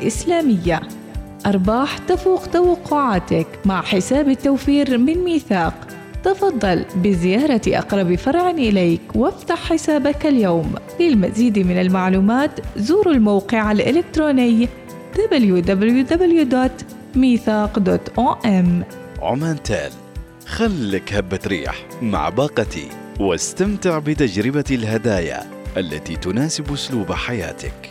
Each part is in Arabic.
الإسلامية. أرباح تفوق توقعاتك مع حساب التوفير من ميثاق. تفضل بزيارة أقرب فرع إليك وافتح حسابك اليوم. للمزيد من المعلومات زوروا الموقع الإلكتروني www.mithaq.om. عمان تال، خلك هبة ريح مع باقتي واستمتع بتجربة الهدايا التي تناسب أسلوب حياتك.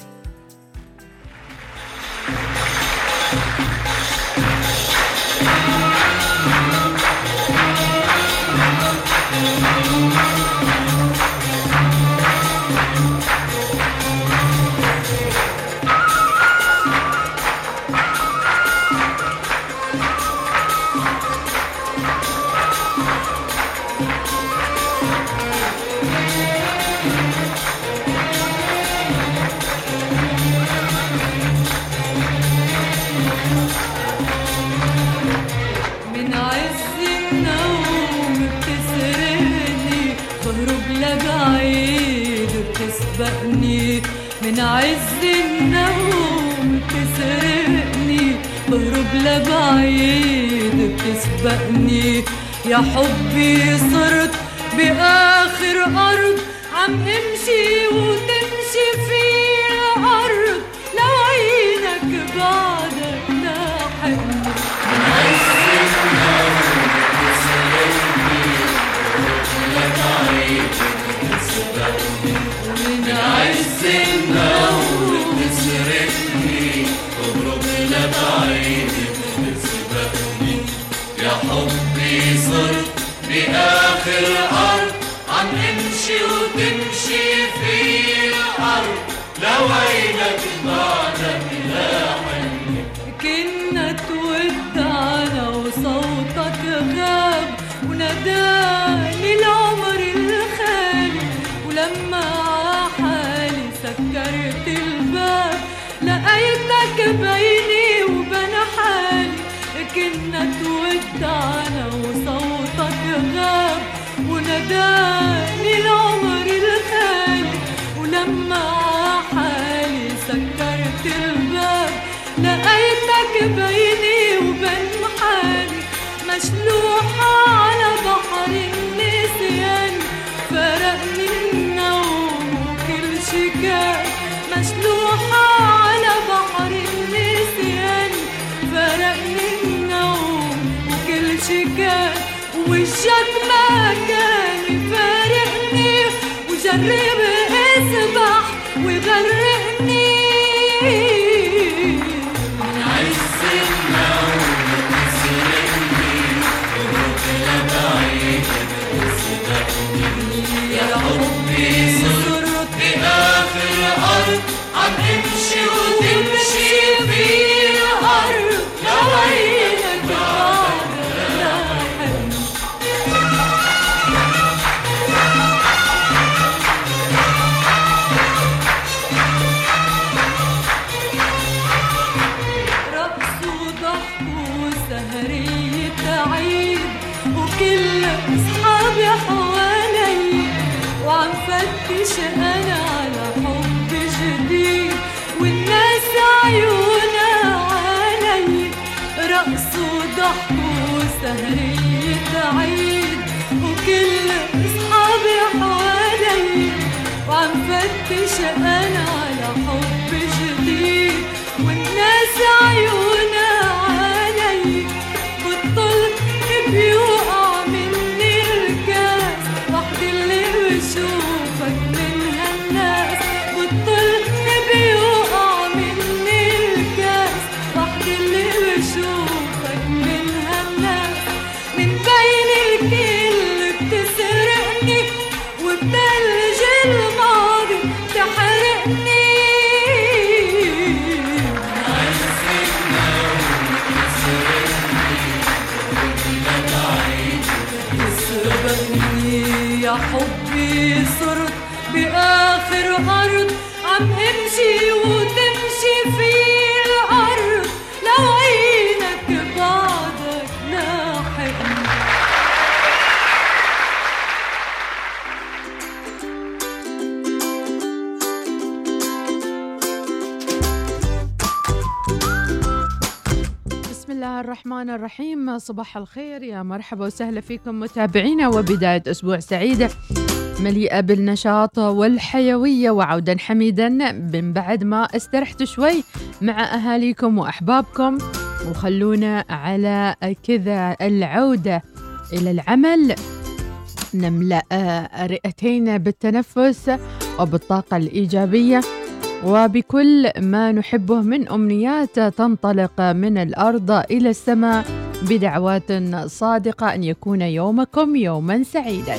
من عز النوم تسرقني، بهرب لبعيد بتسبقني. يا حبي صرت بآخر أرض، عم امشي وتمشي في الأرض، لو عينك بعدك لاحقني. من عز النوم تسرقني، بهرب لبعيد بتسبقني. من عز النوم تسرقني، تهرب لبعيد بتسبقني. يا حبي صرت بآخر أرض، عم امشي وتمشي في الأرض، لو عينك بعدك لاحقني. كنا تودعنا وصوتك غاب، وناداني العمر الخالي، ولما سكرت الباب لقيتك بيني وبين حالي. كنا تودعنا وصوتك غاب، وناداني العمر الخالي، ولما حالي سكرت الباب لقيتك بيني وبين حالي. مشلوحة على بحر النسيان، فرقني النوم وكل شي كان. مشلوحة على بحر النسيان، فرقني النوم وكل شي كان. ووجهك ما كان يفارقني، وجرب اسبح وغرقني. من عز النوم تسرقني، تهرب لبعيد بتسبقني. يا حبي صرت بآخر أرض، عم امشي وتمشي في الأرض، لو عينك بعدك لاحقني. رقص وضحك وسهرية عيد، وكل أصحابي حوالي، وعم فتش أنا على حب جديد، والناس عيونها علي. رقص وضحك وسهرية عيد، وكل أصحابي حوالي، وعم فتش أنا على حب جديد، والناس عيونها علي. بطلت بيوقع مني الكاس، وحدي اللي بشوفك من هالناس. بطلت بيوقع مني الكاس، وحدي اللي بشوفك من هالناس. من بين الكل بتسرقني، وبتلج الماضي تحرقني. يا حبي صرت بآخر أرض، عم امشي وتمشي في الأرض، لو عينك بعدك لاحقني. الله الرحمن الرحيم. صباح الخير، يا مرحبا وسهلا فيكم متابعينا، وبداية أسبوع سعيدة مليئة بالنشاط والحيوية، وعودا حميدا من بعد ما استرحتوا شوي مع أهاليكم وأحبابكم، وخلونا على كذا العودة إلى العمل نملأ رئتين بالتنفس وبالطاقة الإيجابية وبكل ما نحبه من أمنيات تنطلق من الأرض إلى السماء بدعوات صادقة أن يكون يومكم يوما سعيدا.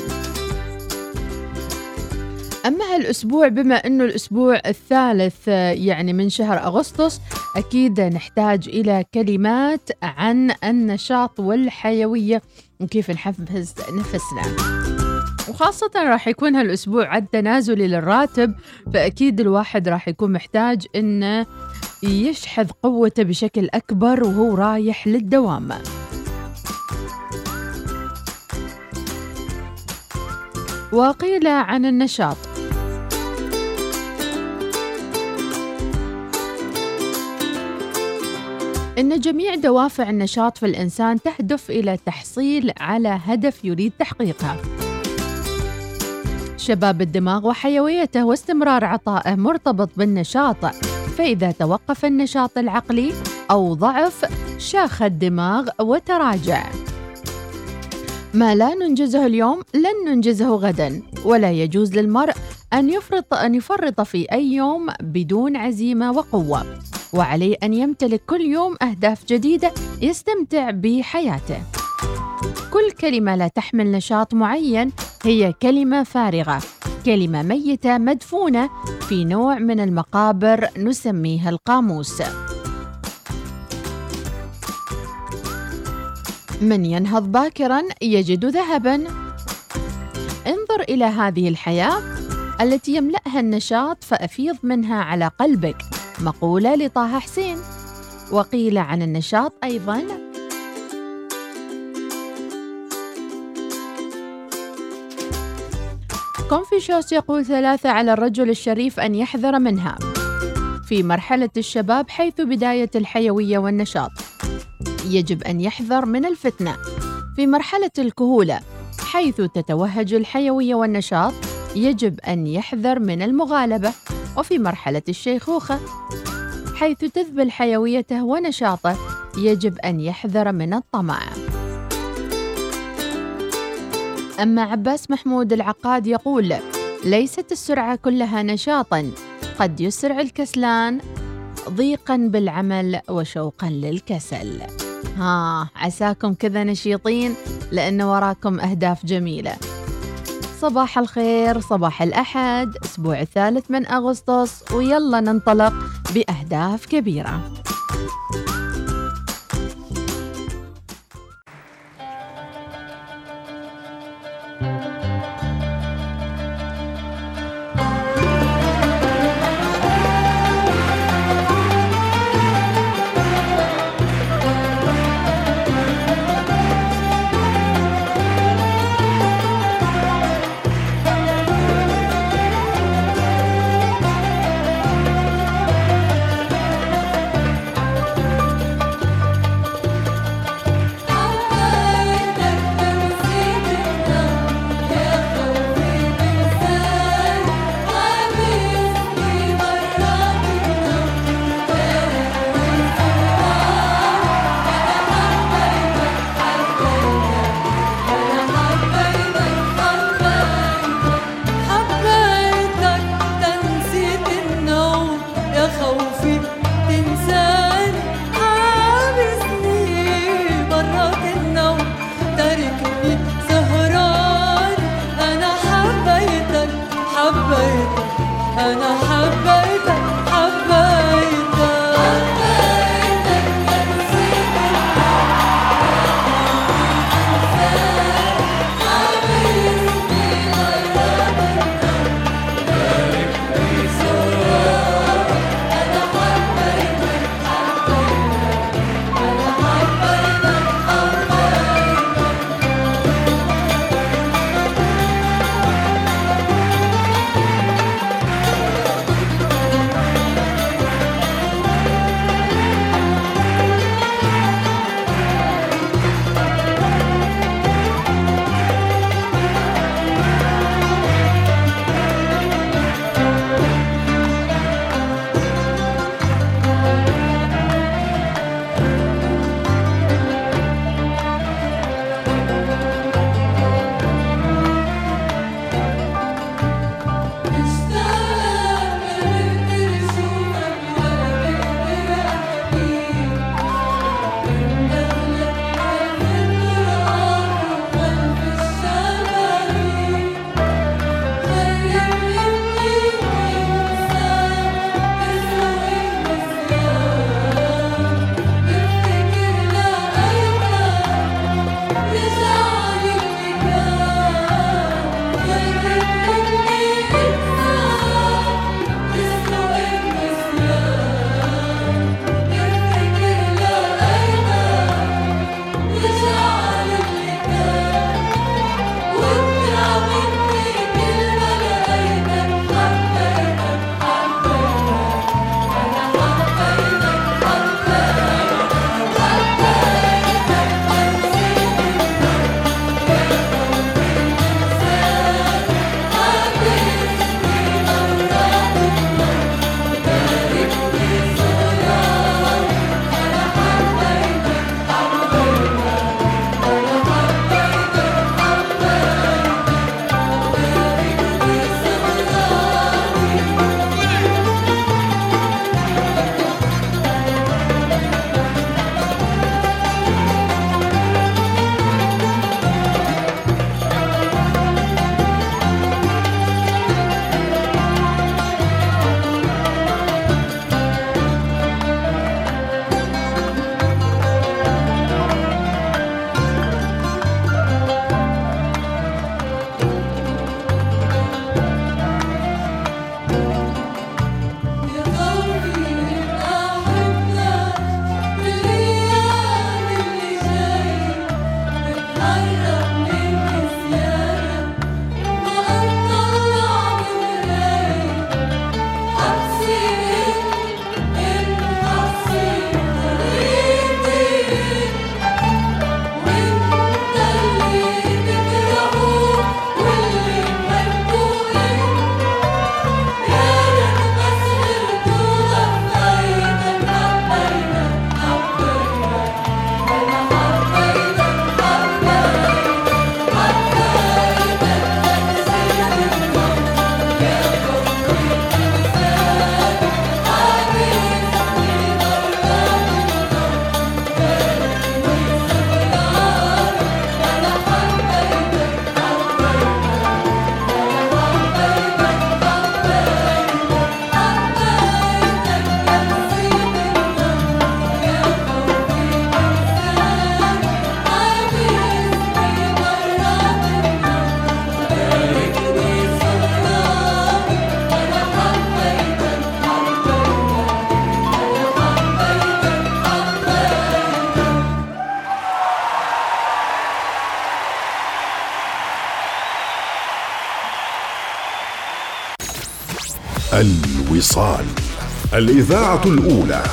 أما هالأسبوع بما أنه الأسبوع الثالث يعني من شهر أغسطس، أكيد نحتاج إلى كلمات عن النشاط والحيوية وكيف نحفز نفسنا، وخاصة راح يكون هالأسبوع عد تنازلي للراتب، فأكيد الواحد راح يكون محتاج إنه يشحذ قوته بشكل أكبر وهو رايح للدوام. وقيل عن النشاط: إن جميع دوافع النشاط في الإنسان تهدف إلى التحصيل على هدف يريد تحقيقها. شباب الدماغ وحيويته واستمرار عطائه مرتبط بالنشاط، فإذا توقف النشاط العقلي أو ضعف شاخ الدماغ وتراجع. ما لا ننجزه اليوم لن ننجزه غدا، ولا يجوز للمرء أن يفرط في أي يوم بدون عزيمة وقوة، وعليه أن يمتلك كل يوم أهداف جديدة يستمتع بحياته. كل كلمة لا تحمل نشاط معين هي كلمة فارغة، كلمة ميتة مدفونة في نوع من المقابر نسميها القاموس. من ينهض باكراً يجد ذهباً. انظر إلى هذه الحياة التي يملأها النشاط فأفيض منها على قلبك، مقولة لطه حسين. وقيل عن النشاط أيضاً: كونفوشيوس يقول 3 على الرجل الشريف أن يحذر منها. في مرحلة الشباب حيث بداية الحيوية والنشاط يجب أن يحذر من الفتنة. في مرحلة الكهولة حيث تتوهج الحيوية والنشاط يجب أن يحذر من المغالبة. وفي مرحلة الشيخوخة حيث تذبل حيويته ونشاطه يجب أن يحذر من الطمع. أما عباس محمود العقاد يقول: ليست السرعة كلها نشاطاً، قد يسرع الكسلان ضيقاً بالعمل وشوقاً للكسل. عساكم كذا نشيطين لأن وراكم أهداف جميلة. صباح الخير، صباح الأحد، أسبوع الثالث من أغسطس، ويلا ننطلق بأهداف كبيرة. وصال، الإذاعة الأولى.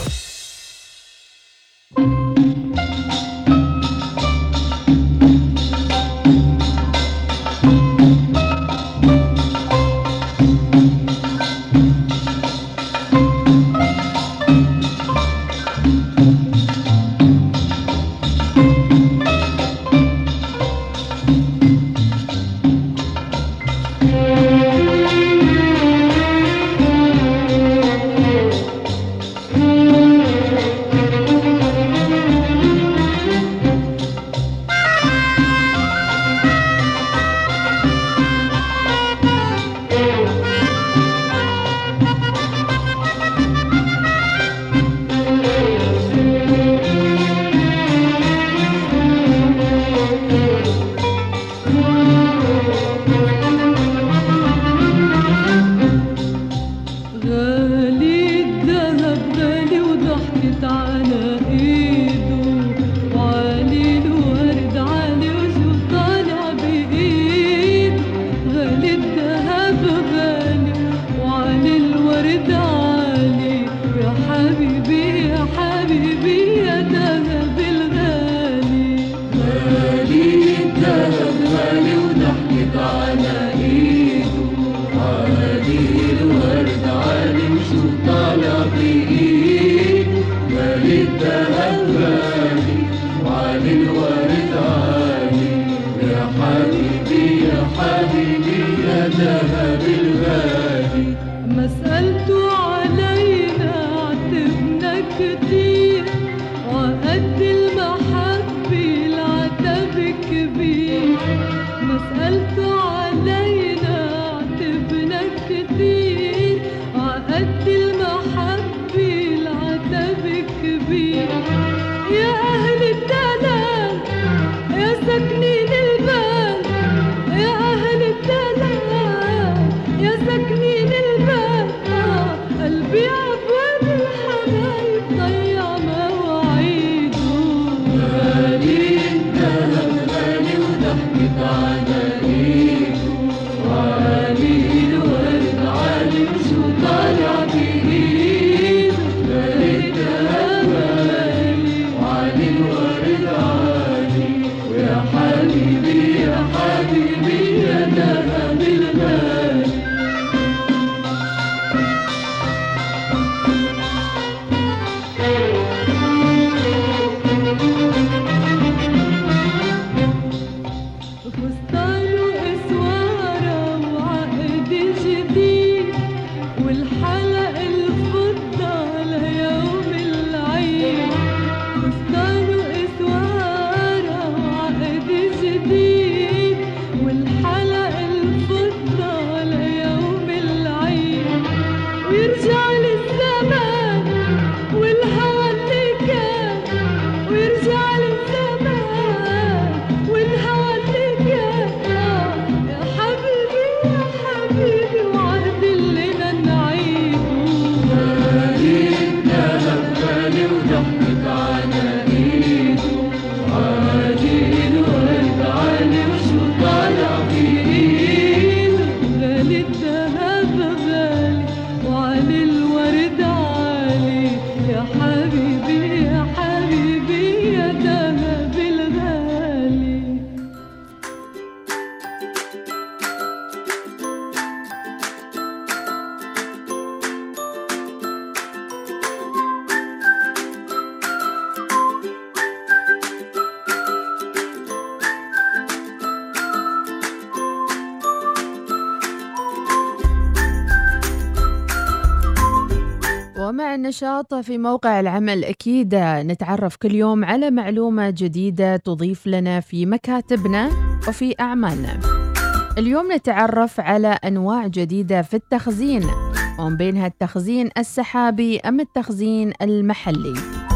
ومع النشاط في موقع العمل أكيد نتعرف كل يوم على معلومة جديدة تضيف لنا في مكاتبنا وفي أعمالنا. اليوم نتعرف على أنواع جديدة في التخزين، ومن بينها التخزين السحابي أم التخزين المحلي.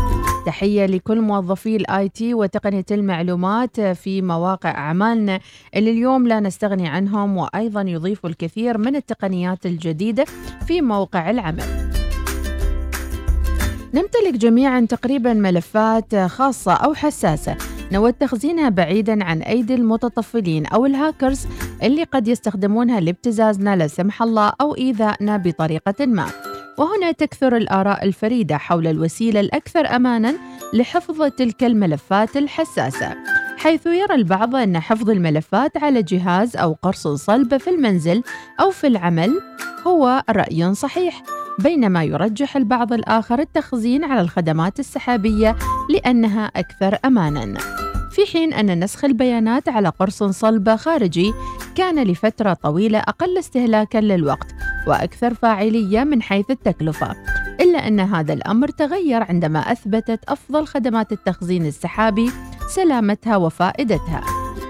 تحية لكل موظفي الآي تي وتقنية المعلومات في مواقع أعمالنا اللي اليوم لا نستغني عنهم، وأيضا يضيفوا الكثير من التقنيات الجديدة في موقع العمل. نمتلك جميعا تقريبا ملفات خاصة أو حساسة نود تخزينها بعيداً عن أيدي المتطفلين أو الهاكرز اللي قد يستخدمونها لابتزازنا لا سمح الله أو إيذائنا بطريقة ما. وهنا تكثر الآراء الفريدة حول الوسيلة الأكثر أماناً لحفظ تلك الملفات الحساسة، حيث يرى البعض أن حفظ الملفات على جهاز أو قرص صلب في المنزل أو في العمل هو رأي صحيح، بينما يرجح البعض الآخر التخزين على الخدمات السحابية لأنها أكثر أماناً، في حين أن نسخ البيانات على قرص صلب خارجي كان لفترة طويلة أقل استهلاكاً للوقت وأكثر فاعلية من حيث التكلفة، إلا أن هذا الأمر تغير عندما أثبتت أفضل خدمات التخزين السحابي سلامتها وفائدتها.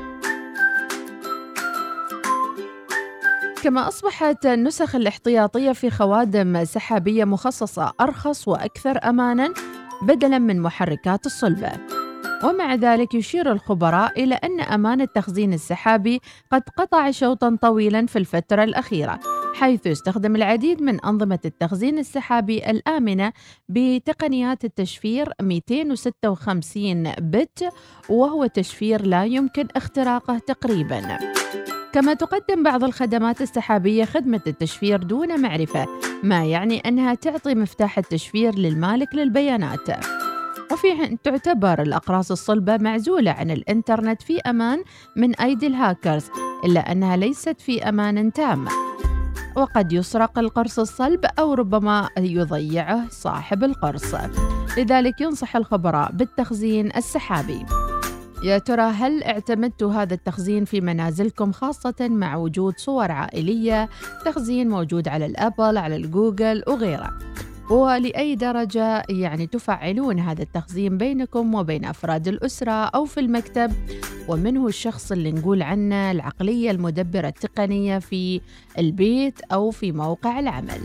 كما أصبحت النسخ الاحتياطية في خوادم سحابية مخصصة أرخص وأكثر أماناً بدلاً من محركات الصلبة. ومع ذلك يشير الخبراء إلى أن أمان التخزين السحابي قد قطع شوطاً طويلاً في الفترة الأخيرة، حيث يستخدم العديد من أنظمة التخزين السحابي الآمنة بتقنيات التشفير 256 بت، وهو تشفير لا يمكن اختراقه تقريباً. كما تقدم بعض الخدمات السحابية خدمة التشفير دون معرفة، ما يعني أنها تعطي مفتاح التشفير للمالك للبيانات. وفي حين تعتبر الأقراص الصلبة معزولة عن الإنترنت في أمان من أيدي الهاكرز، إلا أنها ليست في أمان تام، وقد يسرق القرص الصلب أو ربما يضيعه صاحب القرص. لذلك ينصح الخبراء بالتخزين السحابي. يا ترى هل اعتمدتوا هذا التخزين في منازلكم، خاصة مع وجود صور عائلية، تخزين موجود على الأبل، على الجوجل وغيره؟ ولأي درجة يعني تفعلون هذا التخزين بينكم وبين أفراد الأسرة أو في المكتب؟ ومن هو الشخص اللي نقول عنه العقلية المدبرة التقنية في البيت أو في موقع العمل؟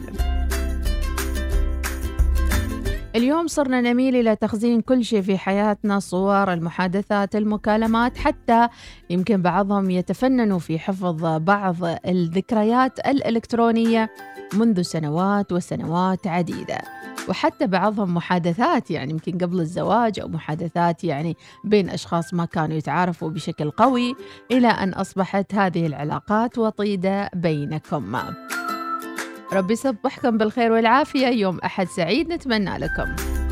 اليوم صرنا نميل إلى تخزين كل شيء في حياتنا، صور، المحادثات، المكالمات، حتى يمكن بعضهم يتفننوا في حفظ بعض الذكريات الإلكترونية منذ سنوات وسنوات عديدة، وحتى بعضهم محادثات يعني يمكن قبل الزواج أو محادثات يعني بين أشخاص ما كانوا يتعارفوا بشكل قوي، إلى أن أصبحت هذه العلاقات وطيدة بينكم. ربي يصبحكم بالخير والعافية، يوم أحد سعيد نتمنى لكم.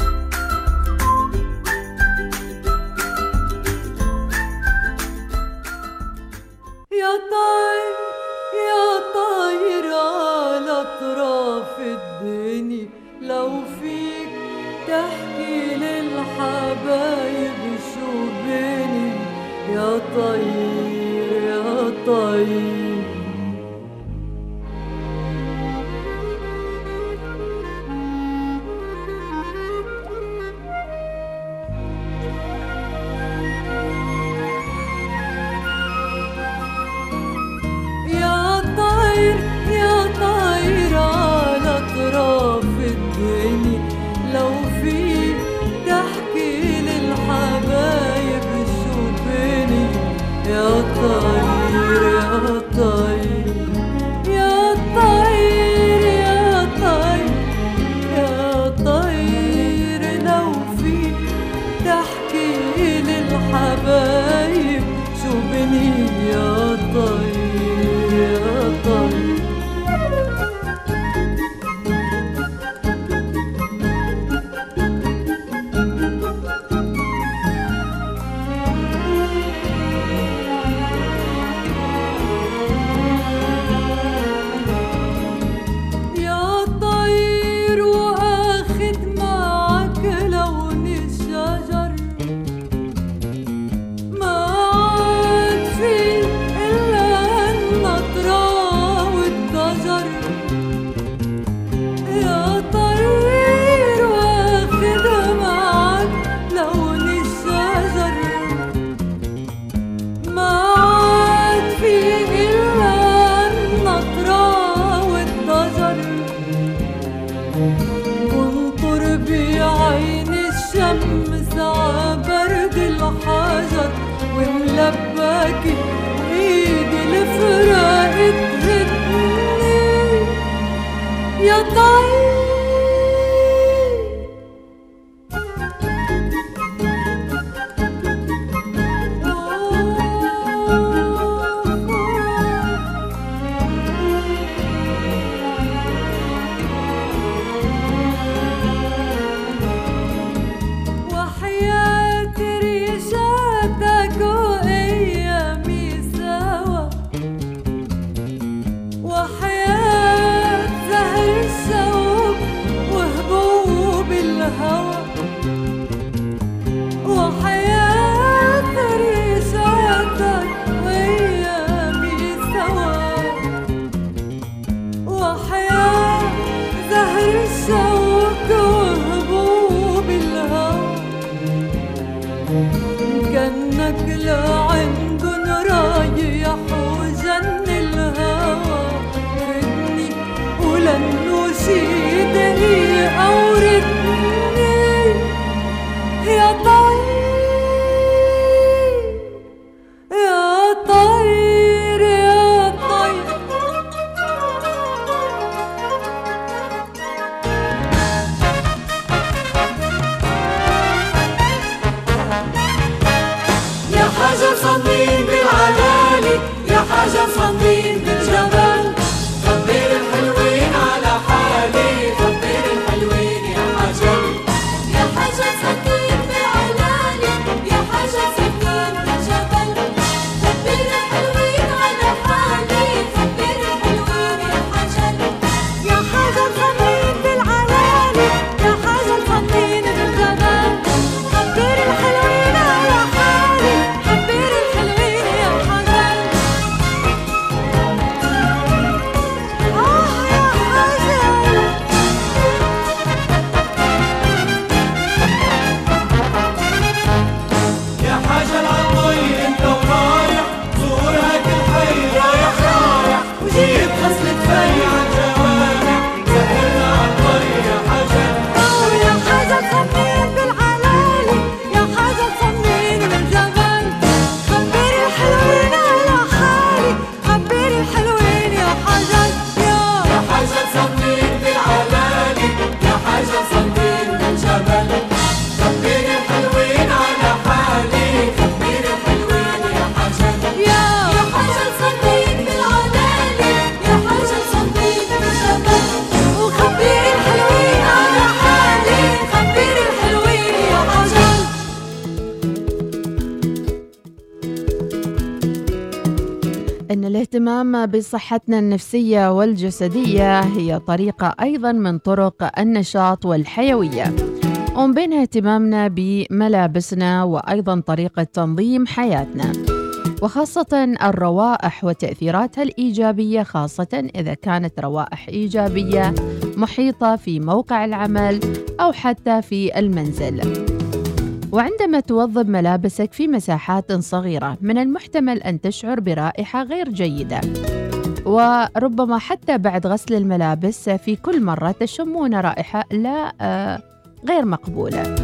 يا طاير يا طاير على أطراف الدنيا، لو فيك تحكي للحبايب شو بيني، يا طاير يا طاير. صمين بالعلالي يا حجر صمين بالجبل خبر الحلوين على حالي خبر الحلوين يا حجر يا حجر صمين بالعلالي يا حجر صمين بالجبل خبر الحلوين على حالي خبر الحلوين يا حجر يا حجر صمين بالعلالي يا حجر صمين بالجبل خبر الحلوين على حالي خبر الحلوين يا حجر يا حجر عالمي انت ورايح زورها كل حي رايح رايح وجيب خصلة فاي عالجوامع سهرنا عالطريق يا حجر يا حجر صمين بالعلالي يا حجر صمين بالجبل خبر الحلوين على حالي خبر الحلوين يا حجر يا حجر صمين بالعلالي يا حجر صمين بالجبل خبر الحلوين على حالي خبر الحلوين يا حجر يا حجر صمين بالعلالي يا حجر صمين بالجبل وخبر الحلوين على حالي خبر الحلوين يا حجر إن الاهتمام بصحتنا النفسية والجسدية هي طريقة أيضاً من طرق النشاط والحيوية، ومن بينها اهتمامنا بملابسنا وأيضاً طريقة تنظيم حياتنا، وخاصة الروائح وتأثيراتها الإيجابية، خاصة إذا كانت روائح إيجابية محيطة في موقع العمل أو حتى في المنزل. وعندما توظف ملابسك في مساحات صغيرة من المحتمل أن تشعر برائحة غير جيدة، وربما حتى بعد غسل الملابس في كل مرة تشمون رائحة غير مقبولة.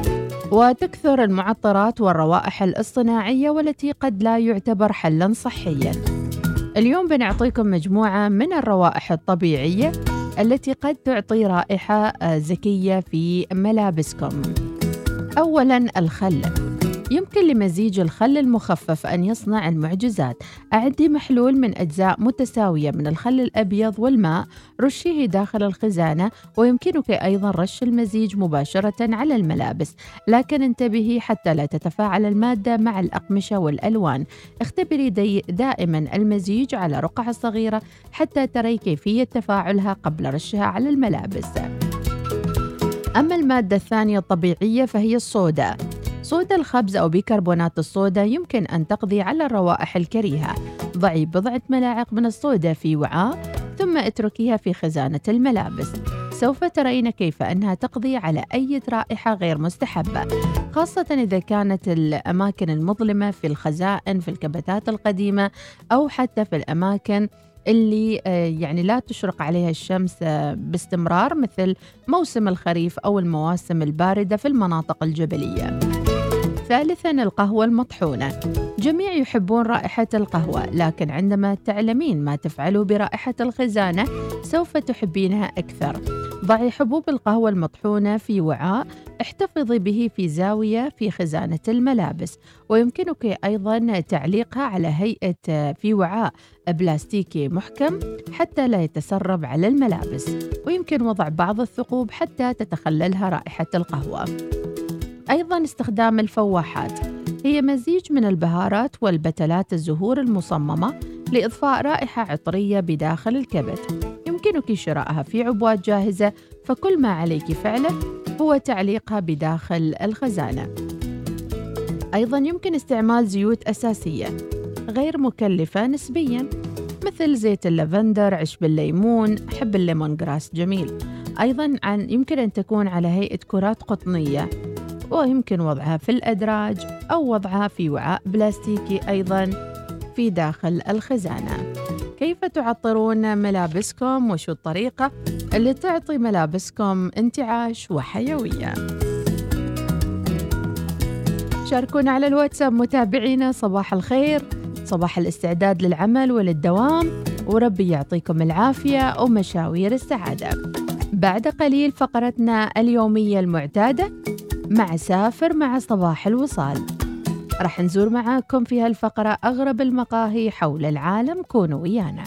وتكثر المعطرات والروائح الاصطناعية والتي قد لا يعتبر حلاً صحياً. اليوم بنعطيكم مجموعة من الروائح الطبيعية التي قد تعطي رائحة ذكية في ملابسكم. أولاً الخل. يمكن لمزيج الخل المخفف أن يصنع المعجزات. أعدي محلول من أجزاء متساوية من الخل الأبيض والماء، رشيه داخل الخزانة، ويمكنك أيضاً رش المزيج مباشرة على الملابس، لكن انتبهي حتى لا تتفاعل المادة مع الأقمشة والألوان. اختبري دائماً المزيج على رقعة صغيرة حتى تري كيفية تفاعلها قبل رشها على الملابس. أما المادة الثانية الطبيعية فهي الصودا. صودا الخبز أو بيكربونات الصودا يمكن أن تقضي على الروائح الكريهة. ضعي بضعة ملاعق من الصودا في وعاء ثم اتركيها في خزانة الملابس. سوف ترين كيف أنها تقضي على أي رائحة غير مستحبة، خاصة إذا كانت الأماكن المظلمة في الخزائن، في الكبتات القديمة، أو حتى في الأماكن اللي يعني لا تشرق عليها الشمس باستمرار، مثل موسم الخريف أو المواسم الباردة في المناطق الجبلية. ثالثاً القهوة المطحونة. جميع يحبون رائحة القهوة، لكن عندما تعلمين ما تفعله برائحة الخزانة سوف تحبينها أكثر. ضعي حبوب القهوة المطحونة في وعاء، احتفظي به في زاوية في خزانة الملابس، ويمكنك أيضاً تعليقها على هيئة في وعاء بلاستيكي محكم حتى لا يتسرب على الملابس، ويمكن وضع بعض الثقوب حتى تتخللها رائحة القهوة. أيضاً استخدام الفواحات. هي مزيج من البهارات والبتلات الزهور المصممة لإضفاء رائحة عطرية بداخل الكبت. يمكنك شرائها في عبوات جاهزة، فكل ما عليك فعله هو تعليقها بداخل الخزانة. أيضاً يمكن استعمال زيوت أساسية غير مكلفة نسبياً، مثل زيت اللافندر، عشب الليمون، حب الليمون جراس جميل. أيضاً يمكن أن تكون على هيئة كرات قطنية، ويمكن وضعها في الأدراج أو وضعها في وعاء بلاستيكي أيضاً في داخل الخزانة. كيف تعطرون ملابسكم؟ وشو الطريقة اللي تعطي ملابسكم انتعاش وحيوية؟ شاركونا على الواتساب متابعينا. صباح الخير، صباح الاستعداد للعمل وللدوام، وربي يعطيكم العافية ومشاوير السعادة. بعد قليل فقرتنا اليومية المعتادة مع سافر مع صباح الوصال. رح نزور معاكم في هالفقرة أغرب المقاهي حول العالم. كونوا ويانا.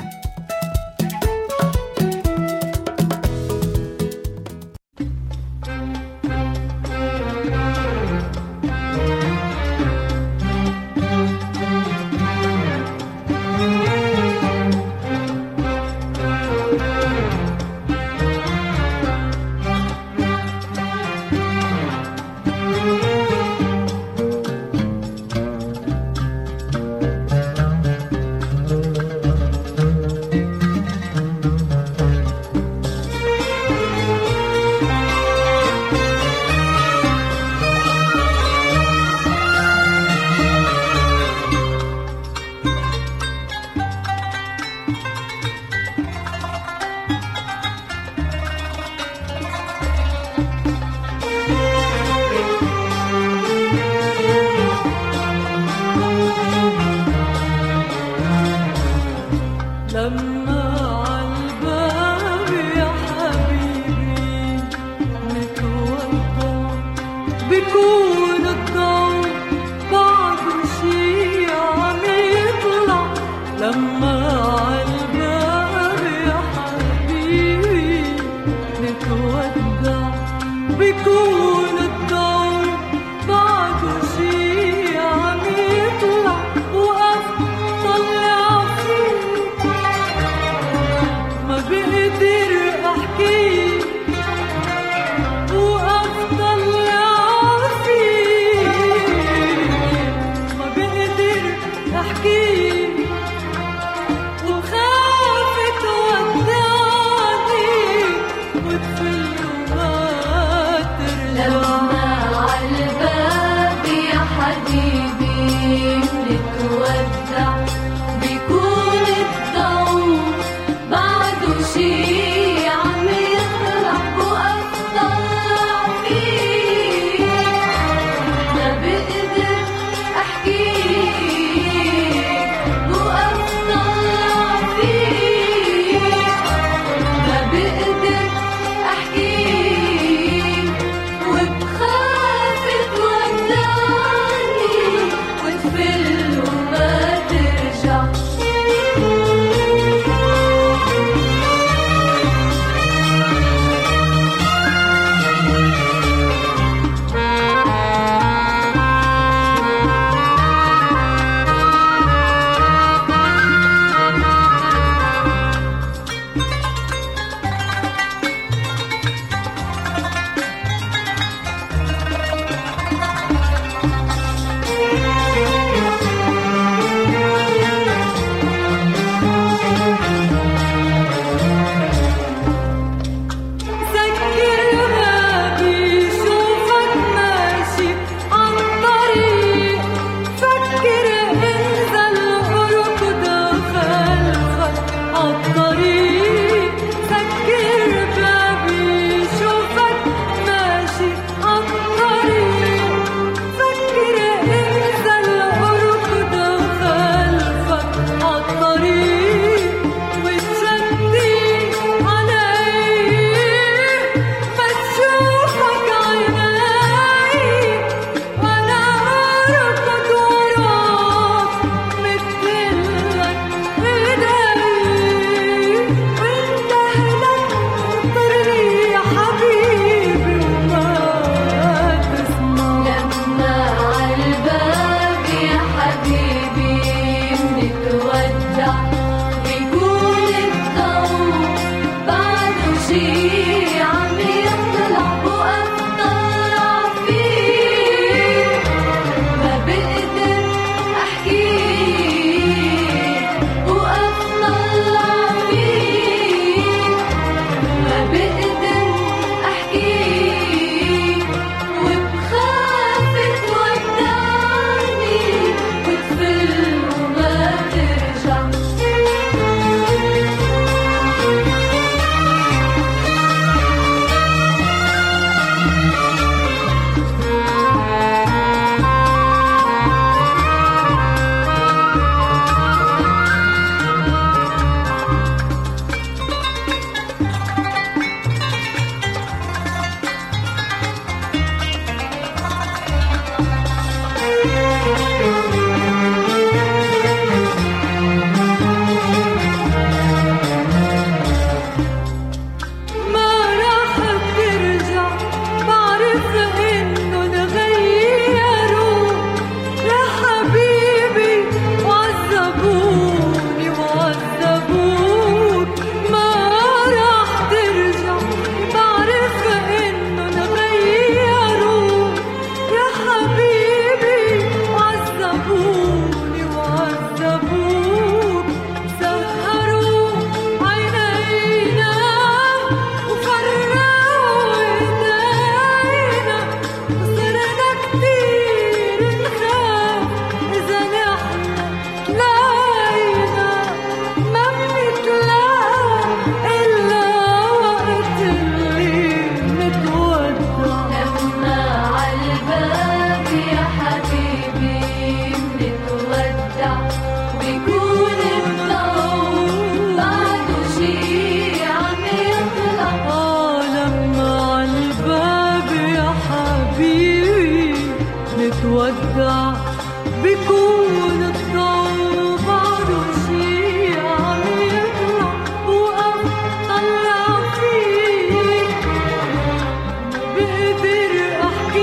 يا حبيبي بنتودع بيكون الضوء بعده شي عم يطلع لما عالباب يا حبيبي نتودع بيكون الضوء بعده شي عم يطلع وقف طلع فيك ما بقدر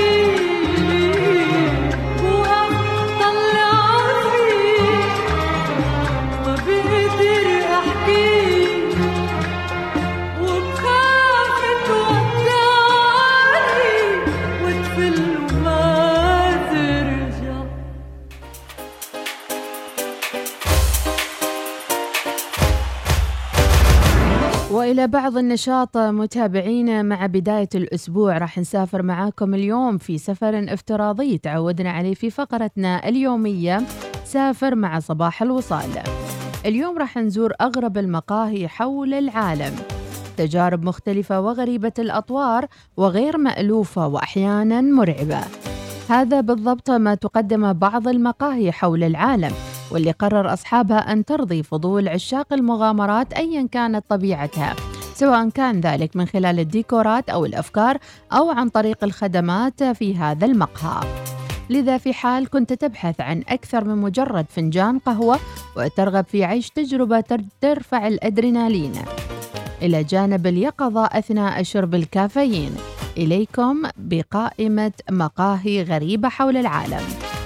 أحكيلك وقف طلع فيك ما بقدر أحكيلك وبخاف تودعني وتفل وما ترجع. وإلى بعض النشاط متابعينا. مع بداية الأسبوع راح نسافر معاكم اليوم في سفر افتراضي تعودنا عليه في فقرتنا اليومية سافر مع صباح الوصال. اليوم راح نزور أغرب المقاهي حول العالم، تجارب مختلفة وغريبة الأطوار وغير مألوفة وأحيانا مرعبة. هذا بالضبط ما تقدم بعض المقاهي حول العالم، واللي قرر أصحابها أن ترضي فضول عشاق المغامرات أيا كانت طبيعتها، سواء كان ذلك من خلال الديكورات أو الأفكار أو عن طريق الخدمات في هذا المقهى. لذا في حال كنت تبحث عن أكثر من مجرد فنجان قهوة وترغب في عيش تجربة ترفع الأدرينالين إلى جانب اليقظة أثناء شرب الكافيين، إليكم بقائمة مقاهي غريبة حول العالم.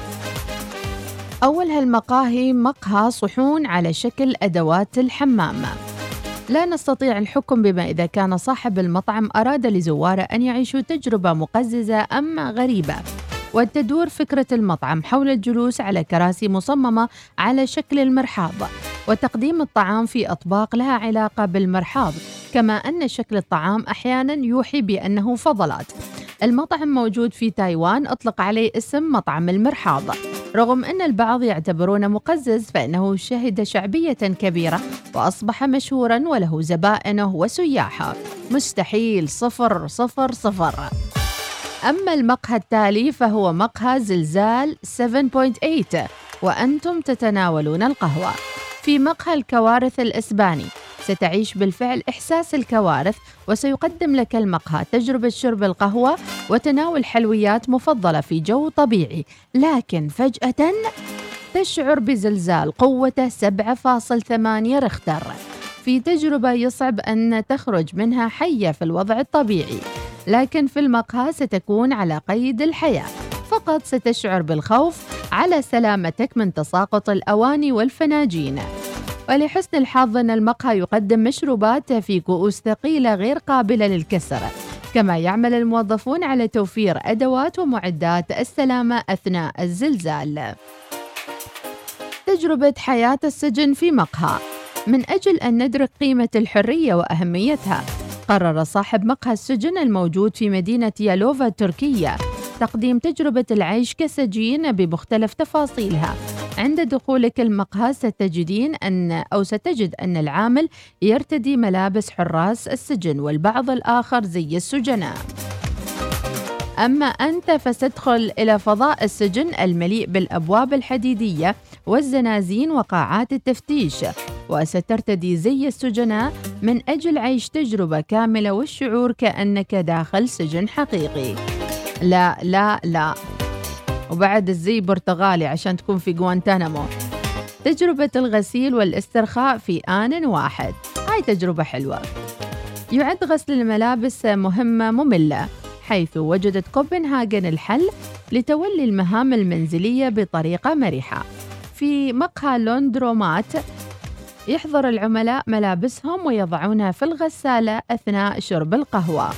أول هالمقاهي مقهى صحون على شكل أدوات الحمام. لا نستطيع الحكم بما إذا كان صاحب المطعم أراد لزواره أن يعيشوا تجربة مقززة أم غريبة. وتدور فكرة المطعم حول الجلوس على كراسي مصممة على شكل المرحاض وتقديم الطعام في أطباق لها علاقة بالمرحاض، كما أن شكل الطعام أحيانا يوحي بأنه فضلات. المطعم موجود في تايوان، أطلق عليه اسم مطعم المرحاض. رغم أن البعض يعتبرونه مقزز فإنه شهد شعبية كبيرة وأصبح مشهوراً وله زبائنه وسياحه. مستحيل 000. أما المقهى التالي فهو مقهى زلزال 7.8 وأنتم تتناولون القهوة. في مقهى الكوارث الإسباني ستعيش بالفعل إحساس الكوارث، وسيقدم لك المقهى تجربة شرب القهوة وتناول حلويات مفضلة في جو طبيعي، لكن فجأة تشعر بزلزال قوته 7.8 ريختر في تجربة يصعب أن تخرج منها حية في الوضع الطبيعي، لكن في المقهى ستكون على قيد الحياة، فقط ستشعر بالخوف على سلامتك من تساقط الأواني والفناجين. ولحسن الحظ أن المقهى يقدم مشروبات في كؤوس ثقيلة غير قابلة للكسر، كما يعمل الموظفون على توفير أدوات ومعدات السلامة أثناء الزلزال. تجربة حياة السجن في مقهى. من أجل أن ندرك قيمة الحرية وأهميتها، قرر صاحب مقهى السجن الموجود في مدينة يالوفا تركيا تقديم تجربة العيش كسجين بمختلف تفاصيلها. عند دخولك المقهى ستجد أن العامل يرتدي ملابس حراس السجن والبعض الآخر زي السجناء. أما أنت فستدخل إلى فضاء السجن المليء بالأبواب الحديدية والزنازين وقاعات التفتيش، وسترتدي زي السجناء من أجل عيش تجربة كاملة والشعور كأنك داخل سجن حقيقي. لا لا لا، وبعد الزي برتغالي عشان تكون في غوانتانامو. تجربة الغسيل والاسترخاء في آن واحد، هاي تجربة حلوة. يعد غسل الملابس مهمة مملة، حيث وجدت كوبنهاغن الحل لتولي المهام المنزلية بطريقة مرحة. في مقهى لوندرومات يحضر العملاء ملابسهم ويضعونها في الغسالة أثناء شرب القهوة،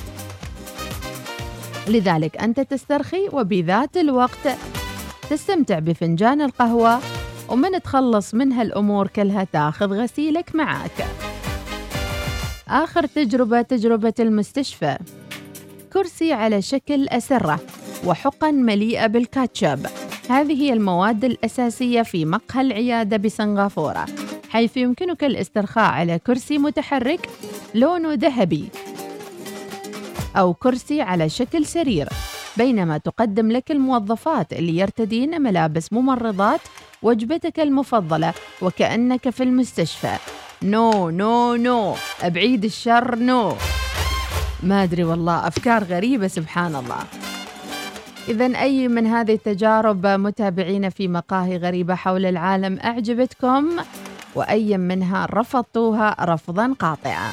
لذلك أنت تسترخي وبذات الوقت تستمتع بفنجان القهوة، ومن تخلص منها الأمور كلها تاخذ غسيلك معاك. آخر تجربة المستشفى. كرسي على شكل أسرة وحقن مليئة بالكاتشب، هذه هي المواد الأساسية في مقهى العيادة بسنغافورة، حيث يمكنك الاسترخاء على كرسي متحرك لونه ذهبي أو كرسي على شكل سرير بينما تقدم لك الموظفات اللي يرتدين ملابس ممرضات وجبتك المفضلة وكأنك في المستشفى. نو نو نو، أبعيد الشر، نو. ما أدري والله، أفكار غريبة سبحان الله. إذن أي من هذه التجارب متابعين في مقاهي غريبة حول العالم أعجبتكم، وأي منها رفضتوها رفضا قاطعا؟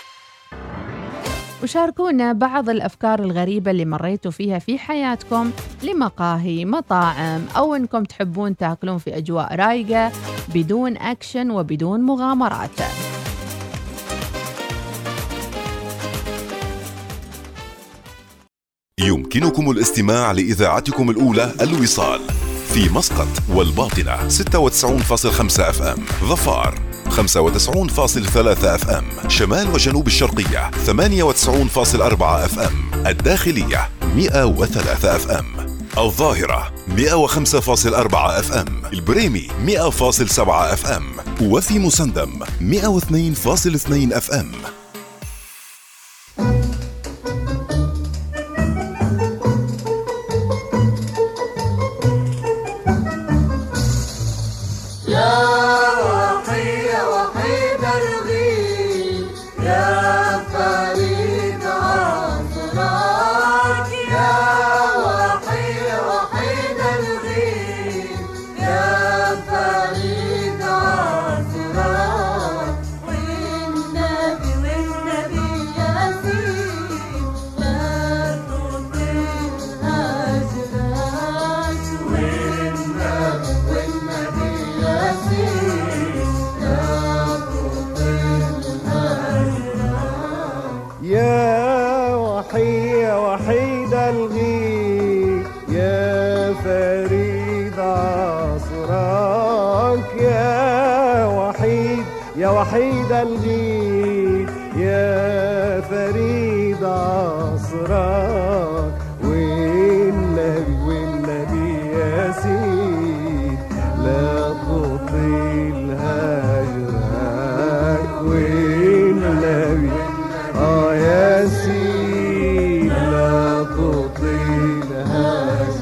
وشاركونا بعض الأفكار الغريبة اللي مريتوا فيها في حياتكم لمقاهي، مطاعم، أو أنكم تحبون تاكلون في أجواء رايقة بدون أكشن وبدون مغامرات. يمكنكم الاستماع لإذاعتكم الأولى الوصال في مسقط والباطنة 96.5 FM، ظفار 95.3 FM، شمال وجنوب الشرقية 98.4 FM، الداخلية 103 FM، الظاهرة 105.4 FM، البريمي 100.7 FM، وفي مسندم 102.2 FM. وحيد الغيث يا فريد عصرك، والنبي يا سيد لا تطيل هجرك، والنبي يا سيد لا تطيل هجرك.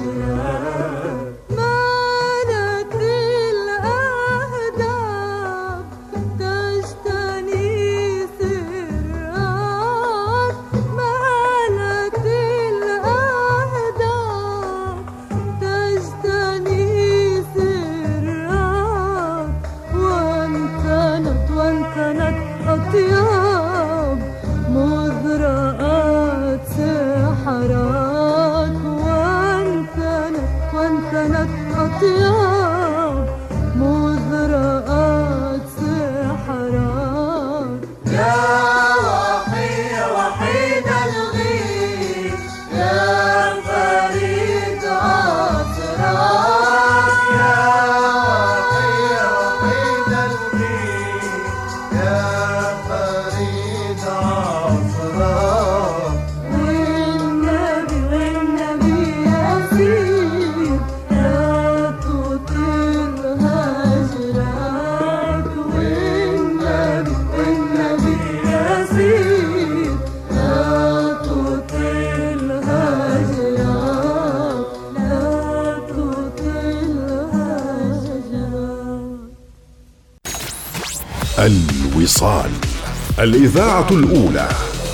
الوصال، الإذاعة الأولى.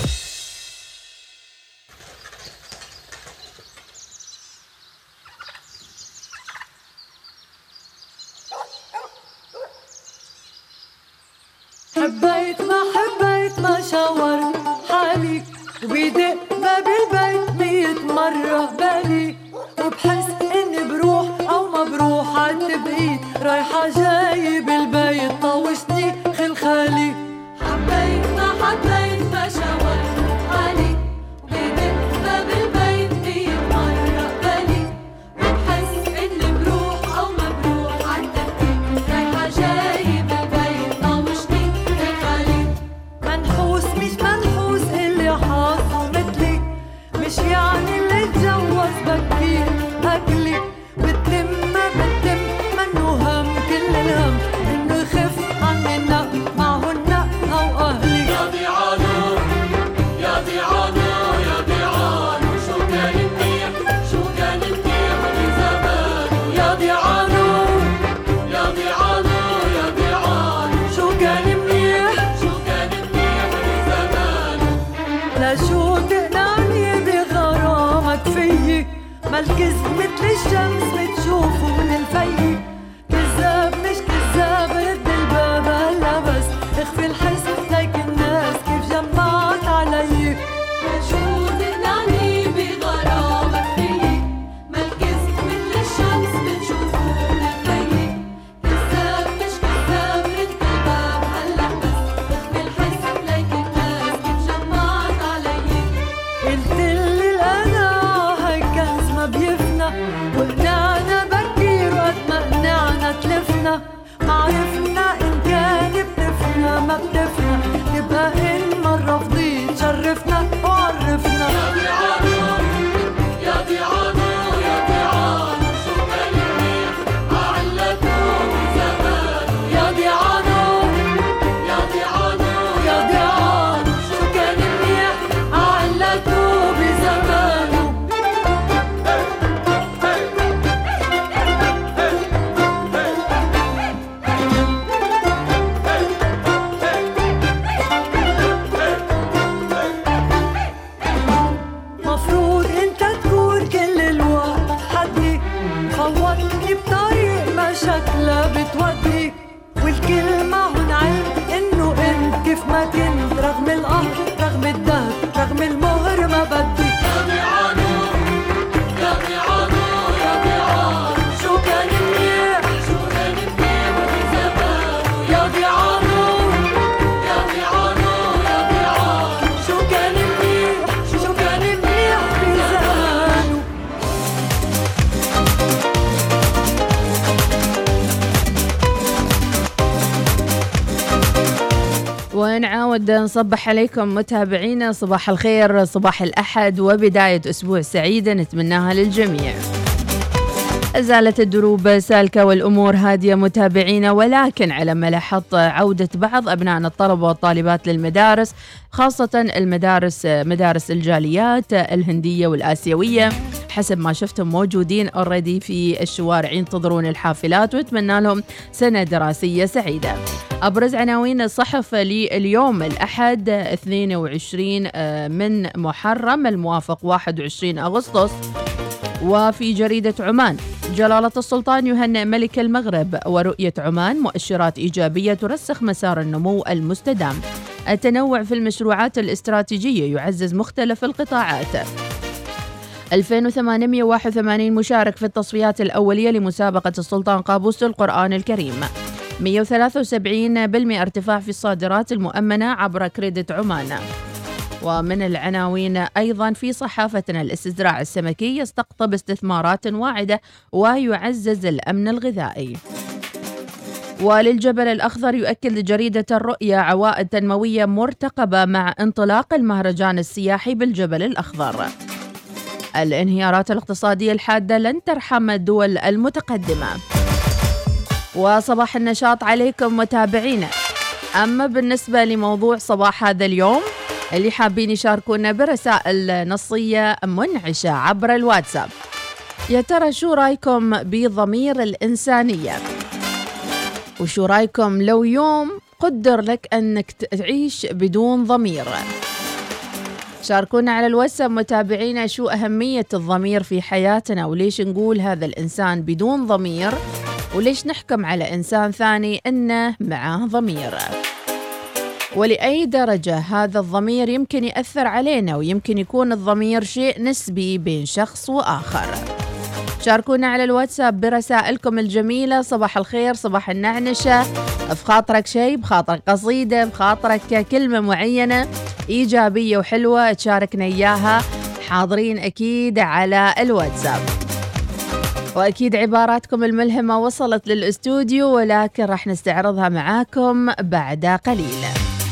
حبيت ما شاورت حالي، وبيدق باب البيت 100 مرة بالي، وبحس اني بروح او ما بروح عالتبقيت، رايحة جاي بالبيت طوشني خلخالي. حبيت ما شاورت حالي، وبيدق باب البيت 100 مرة بالي، وبحس اني بروح او ما بروح عالتبقيت، رايحة جاي بالبيت طوشني خلخالي. ونعاود نصبح عليكم متابعينا، صباح الخير، صباح الأحد وبداية أسبوع سعيدة نتمناها للجميع. أزالت الدروب سالكة والأمور هادية متابعينا، ولكن على ملاحظ عودة بعض أبنائنا الطلبة والطالبات للمدارس، خاصة مدارس الجاليات الهندية والآسيوية. حسب ما شفتم موجودين اوريدي في الشوارع ينتظرون الحافلات، واتمنى لهم سنة دراسية سعيدة. أبرز عناوين الصحف لليوم الأحد 22 من محرم الموافق 21 أغسطس. وفي جريدة عمان، جلالة السلطان يهنئ ملك المغرب، ورؤية عمان مؤشرات إيجابية ترسخ مسار النمو المستدام. التنوع في المشروعات الاستراتيجية يعزز مختلف القطاعات. 2881 مشارك في التصفيات الأولية لمسابقة السلطان قابوس القرآن الكريم. 173% ارتفاع في الصادرات المؤمنة عبر كريدت عمان. ومن العناوين أيضا في صحافتنا، الاستزراع السمكي يستقطب استثمارات واعدة ويعزز الأمن الغذائي. وللجبل الأخضر، يؤكد جريدة الرؤية عوائد تنموية مرتقبة مع انطلاق المهرجان السياحي بالجبل الأخضر. الانهيارات الاقتصادية الحادة لن ترحم الدول المتقدمة. وصباح النشاط عليكم متابعينا. أما بالنسبة لموضوع صباح هذا اليوم، اللي حابين يشاركونا برسائل نصية منعشة عبر الواتساب، يا ترى شو رايكم بضمير الإنسانية؟ وشو رايكم لو يوم قدر لك أنك تعيش بدون ضمير؟ شاركونا على الواتساب متابعينا، شو أهمية الضمير في حياتنا، وليش نقول هذا الإنسان بدون ضمير، وليش نحكم على إنسان ثاني أنه معاه ضمير، ولأي درجة هذا الضمير يمكن يأثر علينا، ويمكن يكون الضمير شيء نسبي بين شخص وآخر. شاركونا على الواتساب برسائلكم الجميلة. صباح الخير، صباح النعنشة، بخاطرك شيء، بخاطرك قصيدة، بخاطرك كلمة معينة إيجابية وحلوة تشاركنا إياها، حاضرين أكيد على الواتساب. وأكيد عباراتكم الملهمة وصلت للأستوديو، ولكن راح نستعرضها معاكم بعد قليل.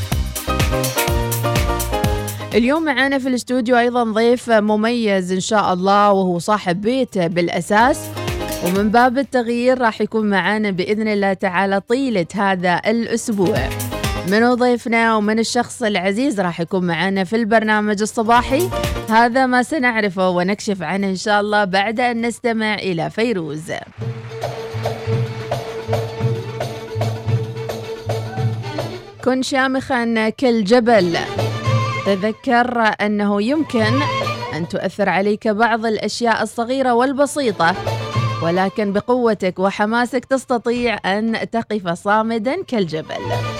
اليوم معانا في الاستوديو أيضا ضيف مميز إن شاء الله، وهو صاحب بيت بالأساس، ومن باب التغيير راح يكون معانا بإذن الله تعالى طيلة هذا الأسبوع. من ضيفنا ومن الشخص العزيز راح يكون معانا في البرنامج الصباحي، هذا ما سنعرفه ونكشف عنه إن شاء الله بعد أن نستمع إلى فيروز. كن شامخا كالجبل، تذكر أنه يمكن أن تؤثر عليك بعض الأشياء الصغيرة والبسيطة، ولكن بقوتك وحماسك تستطيع أن تقف صامدا كالجبل.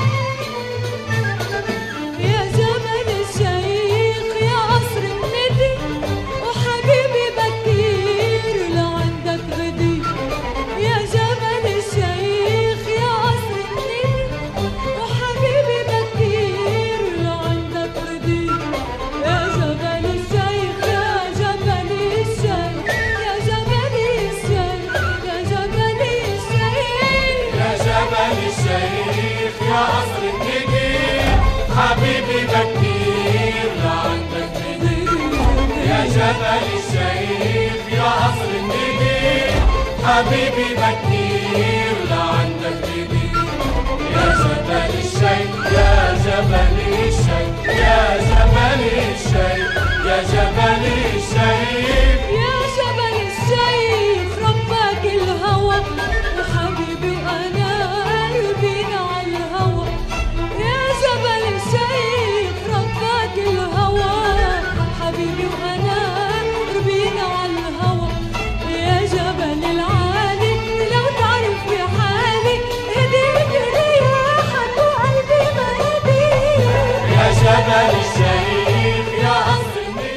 حبيبي بكير لعندك ندير، يا جبل الشيخ يا قصر الندير، حبيبي بكير لعندك ندير، يا جبل الشيخ يا جبل الشيخ يا جبل الشيخ يا جبل الشيخ يا جبل الشيخ، ربك الهوى وحبيبي وأنا قلبينا على الهوى، يا جبل الشيخ ربك الهوى حبيبي وأنا قلبينا على الهوى، يا جبل العالي لو تعرف بحالي ايديك رياحك وقلبي ما ايديك، يا جبل الشيخ يا قصر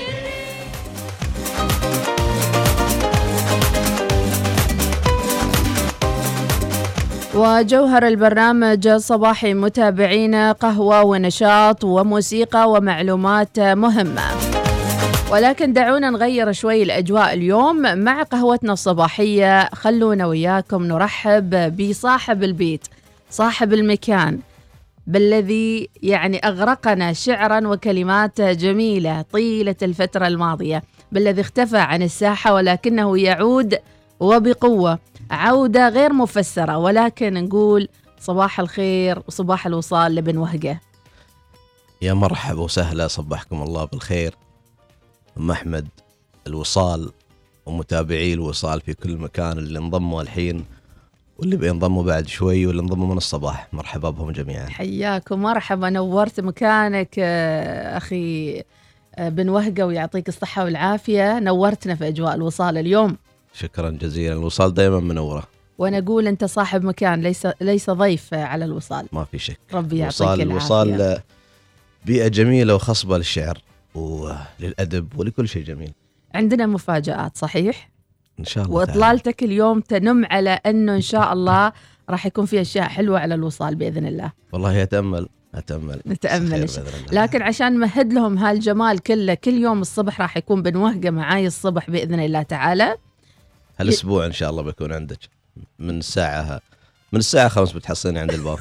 وجوهر البرنامج الصباحي متابعينا قهوة ونشاط وموسيقى ومعلومات مهمة، ولكن دعونا نغير شوي الأجواء اليوم مع قهوتنا الصباحية. خلونا وياكم نرحب بصاحب البيت، صاحب المكان، بالذي يعني أغرقنا شعرا وكلمات جميلة طيلة الفترة الماضية، بالذي اختفى عن الساحة ولكنه يعود وبقوة، عودة غير مفسرة، ولكن نقول صباح الخير وصباح الوصال لبن وهقة. يا مرحبا وسهلا، صبحكم الله بالخير. أم أحمد الوصال ومتابعي الوصال في كل مكان، اللي انضموا الحين واللي بينضموا بعد شوي واللي انضموا من الصباح، مرحبا بهم جميعا. حياكم مرحبا، نورت مكانك أخي بن وهقة ويعطيك الصحة والعافية، نورتنا في أجواء الوصال اليوم. شكرا جزيلا، الوصال دائما منورة، وأنا أقول أنت صاحب مكان ليس ضيف على الوصال. ما في شك. ربي يعطيك العافية. الوصال بيئة جميلة وخصبة للشعر وللأدب ولكل شيء جميل. عندنا مفاجآت صحيح؟ إن شاء الله. وإطلالتك اليوم تنم على أنه إن شاء الله راح يكون في أشياء حلوة على الوصال بإذن الله. والله نتأمل نتأمل. لكن عشان نمهد لهم هالجمال كله، كل يوم الصبح راح يكون بن وهقة معاي الصبح بإذن الله تعالى. هالأسبوع إن شاء الله بيكون عندك من الساعة 5 بتحصلني عند الباب.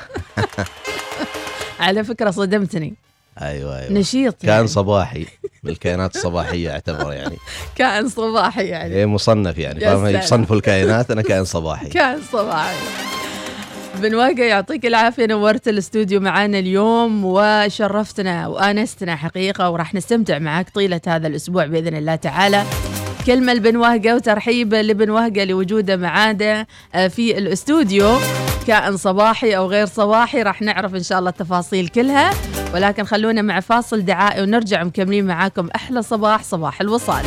على فكرة صدمتني. أيوة. نشيط كان يعني. صباحي بالكائنات الصباحية اعتبر يعني. كائن صباحي يعني. إيه مصنف يعني، يصنفوا الكائنات، أنا كائن صباحي. كائن صباحي. بن وهقة يعطيك العافية، نورت الاستوديو معانا اليوم وشرفتنا وآنستنا حقيقة، وراح نستمتع معك طيلة هذا الأسبوع بإذن الله تعالى. كلمة لبن وهقة وترحيب لبن وهقة لوجوده معانا في الاستوديو، كائن صباحي أو غير صباحي راح نعرف إن شاء الله التفاصيل كلها، ولكن خلونا مع فاصل دعائي ونرجع مكملين معاكم أحلى صباح الوصال.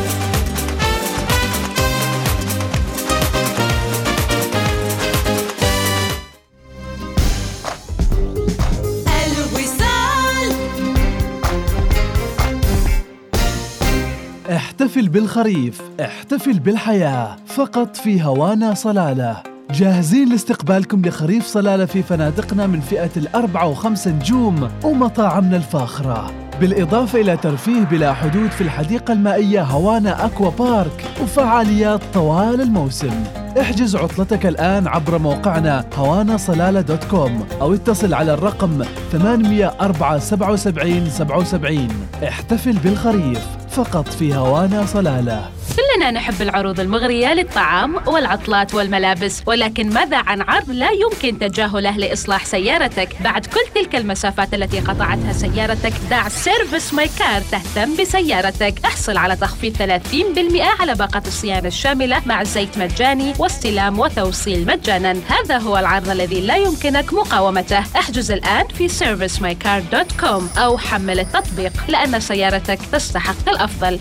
احتفل بالخريف، احتفل بالحياة، فقط في هوانا صلالة. جاهزين لاستقبالكم لخريف صلالة في فنادقنا من فئة 4 و5 نجوم ومطاعمنا الفاخرة، بالإضافة إلى ترفيه بلا حدود في الحديقة المائية هوانا أكوا بارك وفعاليات طوال الموسم. احجز عطلتك الآن عبر موقعنا هواناصلالة.com أو اتصل على الرقم 804 77 77. احتفل بالخريف فقط في هوانا صلالة. كلنا نحب العروض المغرية للطعام والعطلات والملابس، ولكن ماذا عن عرض لا يمكن تجاهله لإصلاح سيارتك؟ بعد كل تلك المسافات التي قطعتها سيارتك، دع سيرفيس ماي كار تهتم بسيارتك. احصل على تخفيض 30% على باقة الصيانة الشاملة مع زيت مجاني واستلام وتوصيل مجانا. هذا هو العرض الذي لا يمكنك مقاومته. احجز الآن في servicemycar.com أو حمل التطبيق، لأن سيارتك تستحق الأفضل.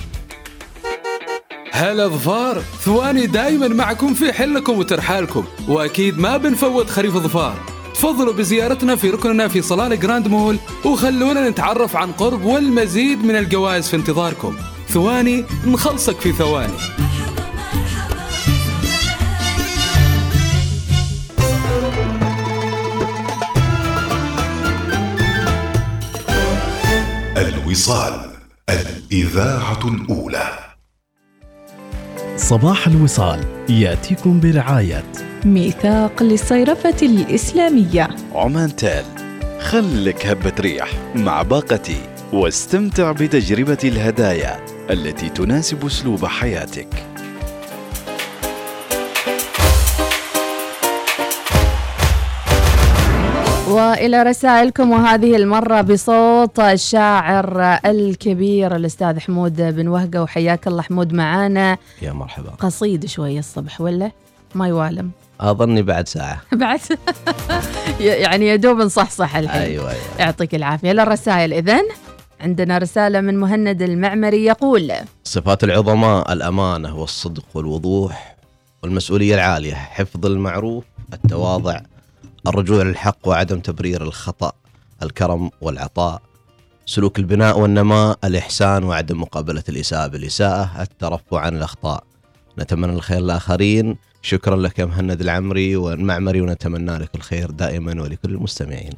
هلا ظفار، ثواني دايما معكم في حلكم وترحالكم، وأكيد ما بنفوت خريف ظفار. تفضلوا بزيارتنا في ركننا في صلالة جراند مول، وخلونا نتعرف عن قرب والمزيد من الجوائز في انتظاركم. ثواني نخلصك في ثواني. الوصال، الإذاعة الأولى. صباح الوصال يأتيكم برعاية ميثاق للصيرفة الإسلامية، عمان تال، خلك هبة ريح مع باقتي واستمتع بتجربة الهدايا التي تناسب أسلوب حياتك. وإلى رسائلكم، وهذه المرة بصوت الشاعر الكبير الأستاذ حمود بن وهقة. وحياك الله حمود معانا. يا مرحبا. قصيد شوية الصبح ولا ما يوالم؟ أظني بعد ساعة. بعد يعني يا دوب نصحصح الحين. أيوة. يعطيك العافية. للرسائل إذن عندنا رسالة من مهند المعمري يقول: صفات العظماء الأمانة والصدق والوضوح والمسؤولية العالية، حفظ المعروف، التواضع، الرجوع للحق وعدم تبرير الخطأ، الكرم والعطاء، سلوك البناء والنماء، الإحسان وعدم مقابلة الإساءة بالإساءة، الترفع عن الأخطاء. نتمنى الخير للآخرين. شكرا لك يا مهند العمري والمعمري، ونتمنى لك الخير دائما ولكل المستمعين.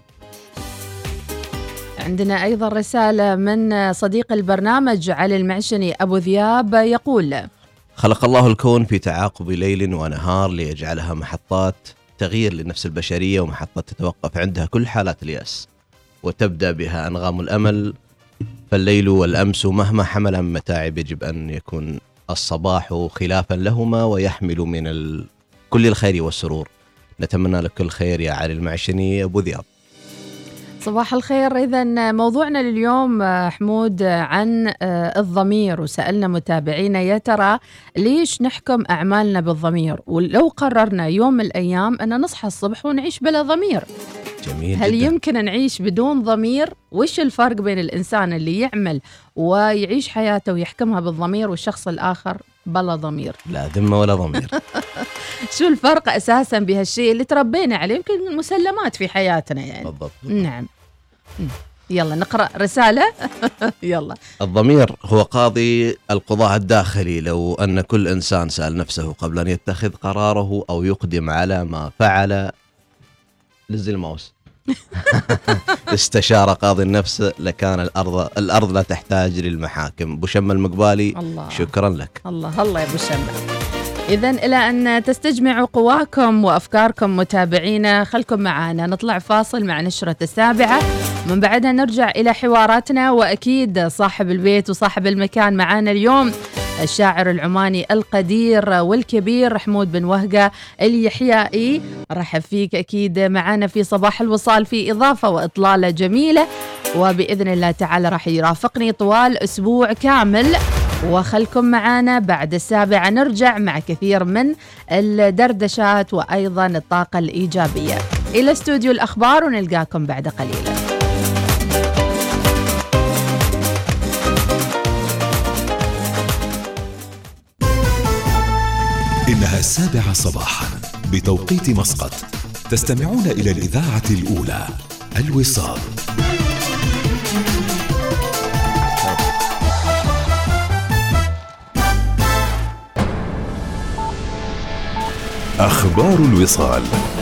عندنا أيضا رسالة من صديق البرنامج علي المعشني أبو ذياب يقول: خلق الله الكون في تعاقب ليل ونهار ليجعلها محطات تغيير للنفس البشرية، ومحطة تتوقف عندها كل حالات اليأس وتبدأ بها أنغام الأمل. فالليل والأمس مهما حمل من متاعب يجب أن يكون الصباح خلافا لهما ويحمل من كل الخير والسرور. نتمنى لك كل خير يا علي المعشني أبو ذياب. صباح الخير. إذن موضوعنا لليوم حمود عن الضمير، وسألنا متابعينا يا ترى ليش نحكم أعمالنا بالضمير، ولو قررنا يوم من الأيام أن نصحى الصبح ونعيش بلا ضمير جميل هل جدا. يمكن نعيش بدون ضمير؟ وش الفرق بين الإنسان اللي يعمل ويعيش حياته ويحكمها بالضمير والشخص الآخر بلا ضمير؟ لا ذمة ولا ضمير. شو الفرق أساساً بهالشيء اللي تربينا عليه، يمكن مسلمات في حياتنا يعني. بالضبط. نعم. يلا نقرأ رسالة. يلا. الضمير هو قاضي القضاء الداخلي. لو أن كل إنسان سأل نفسه قبل أن يتخذ قراره أو يقدم على ما فعل، نزل الماوس، استشار قاضي النفس لكان الأرض لا تحتاج للمحاكم. أبو شم المقبالي الله. شكرا لك. الله الله يا أبو شم. إذن إلى أن تستجمعوا قواكم وأفكاركم متابعينا، خلكم معنا نطلع فاصل مع نشرة 7، من بعدها نرجع إلى حواراتنا. وأكيد صاحب البيت وصاحب المكان معنا اليوم الشاعر العماني القدير والكبير حمود بن وهقة اليحيائي. رحب فيك أكيد معنا في صباح الوصال في إضافة وإطلالة جميلة، وبإذن الله تعالى راح يرافقني طوال أسبوع كامل. وخلكم معنا بعد 7 نرجع مع كثير من الدردشات وأيضا الطاقة الإيجابية. إلى استوديو الأخبار ونلقاكم بعد قليل. إنها 7 صباحا بتوقيت مسقط. تستمعون إلى الإذاعة الأولى الوصال. أخبار الوصال.